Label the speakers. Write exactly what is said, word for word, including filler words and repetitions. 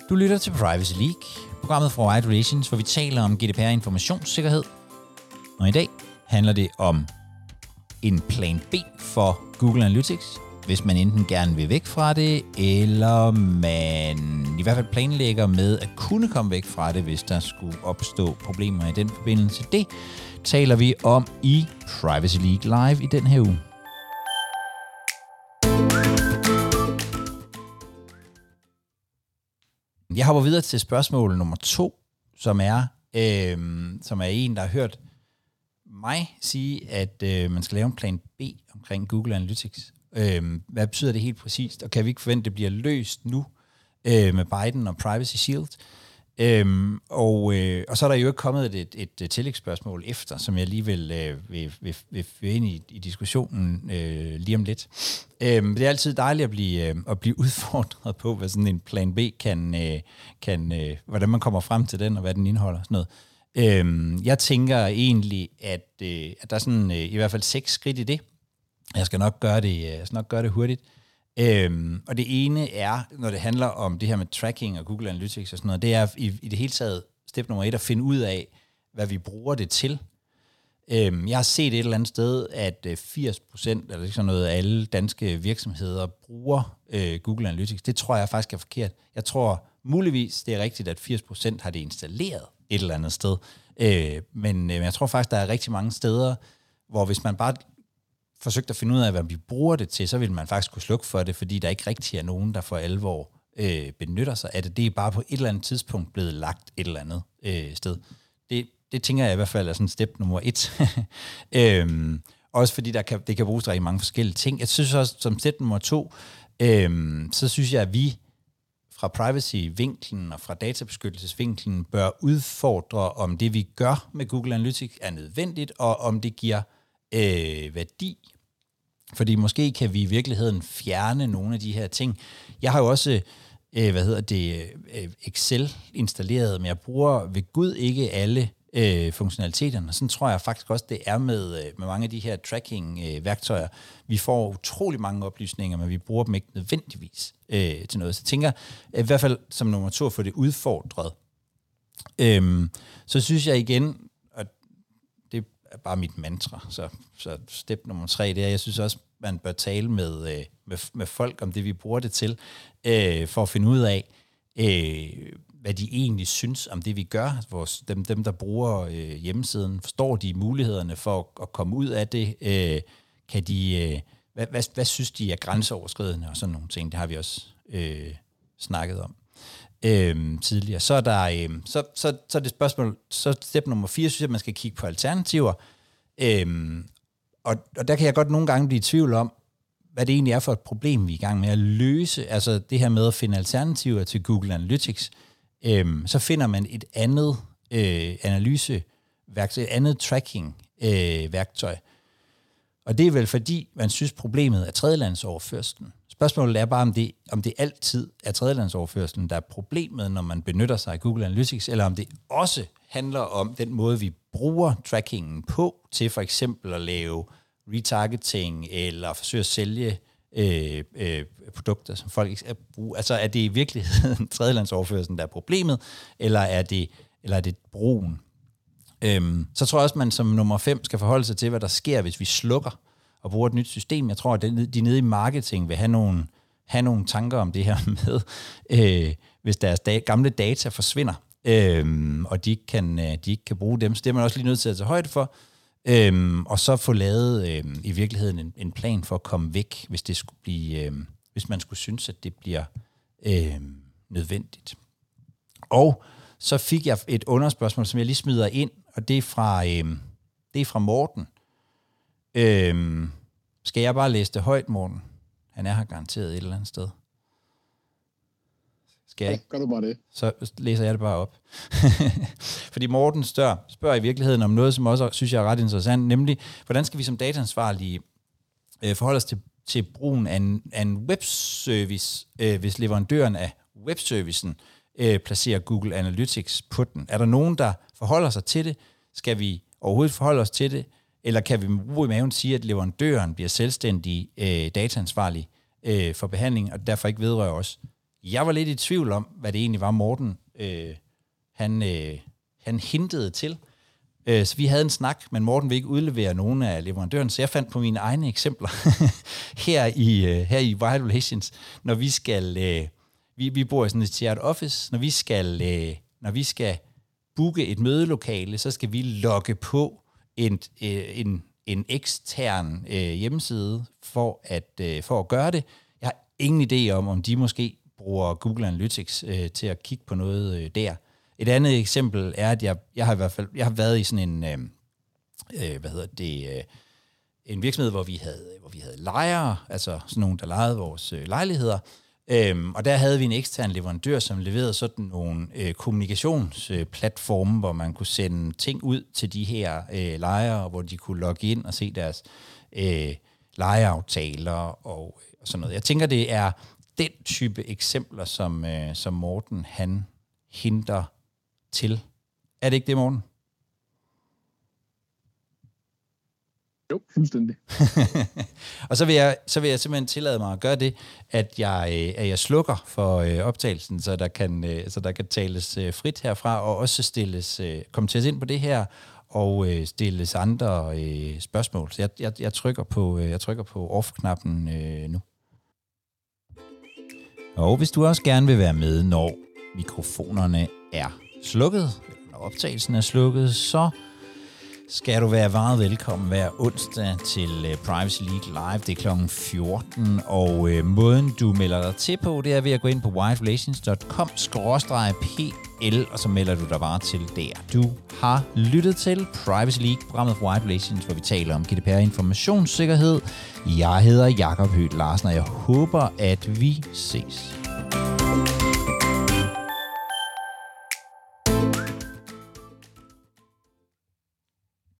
Speaker 1: Du lytter til Privacy League, programmet fra Wide Relations, hvor vi taler om G D P R informationssikkerhed. Og i dag handler det om en plan B for Google Analytics, hvis man enten gerne vil væk fra det, eller man i hvert fald planlægger med at kunne komme væk fra det, hvis der skulle opstå problemer i den forbindelse. Det taler vi om i Privacy League Live i den her uge. Jeg hopper videre til spørgsmål nummer to, som er, øh, som er en, der har hørt mig sige, at øh, man skal lave en plan B omkring Google Analytics. Øh, hvad betyder det helt præcist? Og kan vi ikke forvente, at det bliver løst nu øh, med Biden og Privacy Shield? Øh, og, øh, og så er der jo ikke kommet et, et, et tillægsspørgsmål efter, som jeg lige vil, øh, vil, vil, vil føre ind i, i diskussionen øh, lige om lidt. Øh, det er altid dejligt at blive, øh, at blive udfordret på, hvad sådan en plan B kan, øh, kan øh, hvordan man kommer frem til den, og hvad den indeholder. Sådan noget. Øh, jeg tænker egentlig, at, øh, at der er sådan, øh, i hvert fald seks skridt i det. Jeg skal nok gøre det, jeg skal nok gøre det hurtigt. Øhm, og det ene er, når det handler om det her med tracking og Google Analytics og sådan noget, det er i, i det hele taget step nummer et at finde ud af, hvad vi bruger det til. Øhm, jeg har set et eller andet sted, at firs procent eller sådan noget af alle danske virksomheder bruger øh, Google Analytics. Det tror jeg faktisk er forkert. Jeg tror muligvis, det er rigtigt, at firs procent har det installeret et eller andet sted. Øh, men øh, jeg tror faktisk, der er rigtig mange steder, hvor hvis man bare forsøgt at finde ud af, hvad vi bruger det til, så vil man faktisk kunne slukke for det, fordi der ikke rigtig er nogen, der for alvor øh, benytter sig af det. Det er bare på et eller andet tidspunkt blevet lagt et eller andet øh, sted. Det, det tænker jeg i hvert fald er sådan step nummer et. øhm, også fordi der kan, det kan bruges til rigtig mange forskellige ting. Jeg synes også, som step nummer to, øhm, så synes jeg, at vi fra privacy-vinklen og fra databeskyttelsesvinklen bør udfordre, om det vi gør med Google Analytics er nødvendigt, og om det giver Øh, værdi. Fordi måske kan vi i virkeligheden fjerne nogle af de her ting. Jeg har jo også, øh, hvad hedder det, øh, Excel installeret, men jeg bruger ved Gud ikke alle øh, funktionaliteterne. Sådan tror jeg faktisk også, det er med, øh, med mange af de her tracking-værktøjer. Øh, vi får utrolig mange oplysninger, men vi bruger dem ikke nødvendigvis øh, til noget. Så jeg tænker, i hvert fald som nummer to, at få det udfordret. Øh, så synes jeg igen, er bare mit mantra. Så, så step nummer tre, det er, jeg synes også, man bør tale med, med, med folk om det, vi bruger det til, øh, for at finde ud af, øh, hvad de egentlig synes om det, vi gør. Vores, dem, dem, der bruger øh, hjemmesiden, forstår de mulighederne for at, at komme ud af det? Øh, kan de, øh, hvad, hvad, hvad synes de er grænseoverskridende og sådan nogle ting? Det har vi også øh, snakket om. Øhm, tidligere. Så er der øhm, så, så, så er det spørgsmål, så step nummer fire, synes jeg, at man skal kigge på alternativer. Øhm, og, og der kan jeg godt nogle gange blive i tvivl om, hvad det egentlig er for et problem, vi er i gang med at løse. Altså det her med at finde alternativer til Google Analytics. Øhm, så finder man et andet øh, analyseværktøj, et andet tracking-værktøj. Øh, og det er vel fordi, man synes, problemet er tredjelandsoverførslen. Spørgsmålet er bare, om det, om det altid er tredjelandsoverførslen, der er problemet, når man benytter sig af Google Analytics, eller om det også handler om den måde, vi bruger trackingen på, til for eksempel at lave retargeting, eller forsøge at sælge øh, øh, produkter, som folk ikke skal bruge. Altså er det i virkeligheden tredjelandsoverførslen, der er problemet, eller er det, eller er det brugen? Øhm, så tror jeg også, at man som nummer fem skal forholde sig til, hvad der sker, hvis vi slukker og bruger et nyt system. Jeg tror, at de nede i marketing vil have nogle, have nogle tanker om det her med, øh, hvis deres da- gamle data forsvinder, øh, og de ikke, kan, de ikke kan bruge dem. Så det er man også lige nødt til at tage højde for, øh, og så få lavet øh, i virkeligheden en, en plan for at komme væk, hvis det skulle blive, øh, hvis man skulle synes, at det bliver øh, nødvendigt. Og så fik jeg et underspørgsmål, som jeg lige smider ind, og det er fra, øh, det er fra Morten. Øhm, skal jeg bare læse det højt, Morten? Han er her garanteret et eller andet sted. Skal jeg ikke?
Speaker 2: Ja, gør du bare det.
Speaker 1: Så læser jeg det bare op. Fordi Morten stør, spørger i virkeligheden om noget, som også synes jeg er ret interessant, nemlig, hvordan skal vi som dataansvarlige øh, forholde os til, til brugen af en, af en webservice, øh, hvis leverandøren af webservicen øh, placerer Google Analytics på den? Er der nogen, der forholder sig til det? Skal vi overhovedet forholde os til det? Eller kan vi med ro i maven sige, at leverandøren bliver selvstændig øh, dataansvarlig øh, for behandling, og derfor ikke vedrører os? Jeg var lidt i tvivl om, hvad det egentlig var, Morten øh, han, øh, han hintede til. Øh, så vi havde en snak, men Morten ville ikke udlevere nogen af leverandøren, så jeg fandt på mine egne eksempler her i øh, her i Wild Relations, når vi skal øh, vi, vi bor i sådan et shared office, når vi skal øh, når vi skal booke et mødelokale, så skal vi logge på en øh, en en ekstern øh, hjemmeside for at øh, for at gøre det. Jeg har ingen idé om, om de måske bruger Google Analytics øh, til at kigge på noget øh, der. Et andet eksempel er, at jeg, jeg har i hvert fald jeg har været i sådan en øh, øh, hvad hedder det øh, en virksomhed, hvor vi havde hvor vi havde lejere, altså sådan nogle, der lejede vores øh, lejligheder. Øhm, og der havde vi en ekstern leverandør, som leverede sådan nogle øh, kommunikationsplatforme, øh, hvor man kunne sende ting ud til de her øh, lejere, hvor de kunne logge ind og se deres øh, lejeaftaler og, og sådan noget. Jeg tænker, det er den type eksempler, som, øh, som Morten han henter til. Er det ikke det, Morten?
Speaker 2: Jo, fuldstændig.
Speaker 1: Og så vil, jeg, så vil jeg simpelthen tillade mig at gøre det, at jeg, at jeg slukker for øh, optagelsen, så der, kan, øh, så der kan tales øh, frit herfra, og også stilles, øh, kommenteres ind på det her, og øh, stilles andre øh, spørgsmål. Så jeg, jeg, jeg trykker på, øh, jeg trykker på off-knappen øh, nu. Og hvis du også gerne vil være med, når mikrofonerne er slukket, når optagelsen er slukket, så skal du være meget velkommen hver onsdag til uh, Privacy League Live. Det er klokken fjorten, og uh, måden du melder dig til på, det er ved at gå ind på wild relations punktum com skråstreg p l, og så melder du dig bare til der. Du har lyttet til Privacy League, programmet for Wild Relations, hvor vi taler om G D P R informationssikkerhed. Jeg hedder Jakob Høgh Larsen, og jeg håber, at vi ses.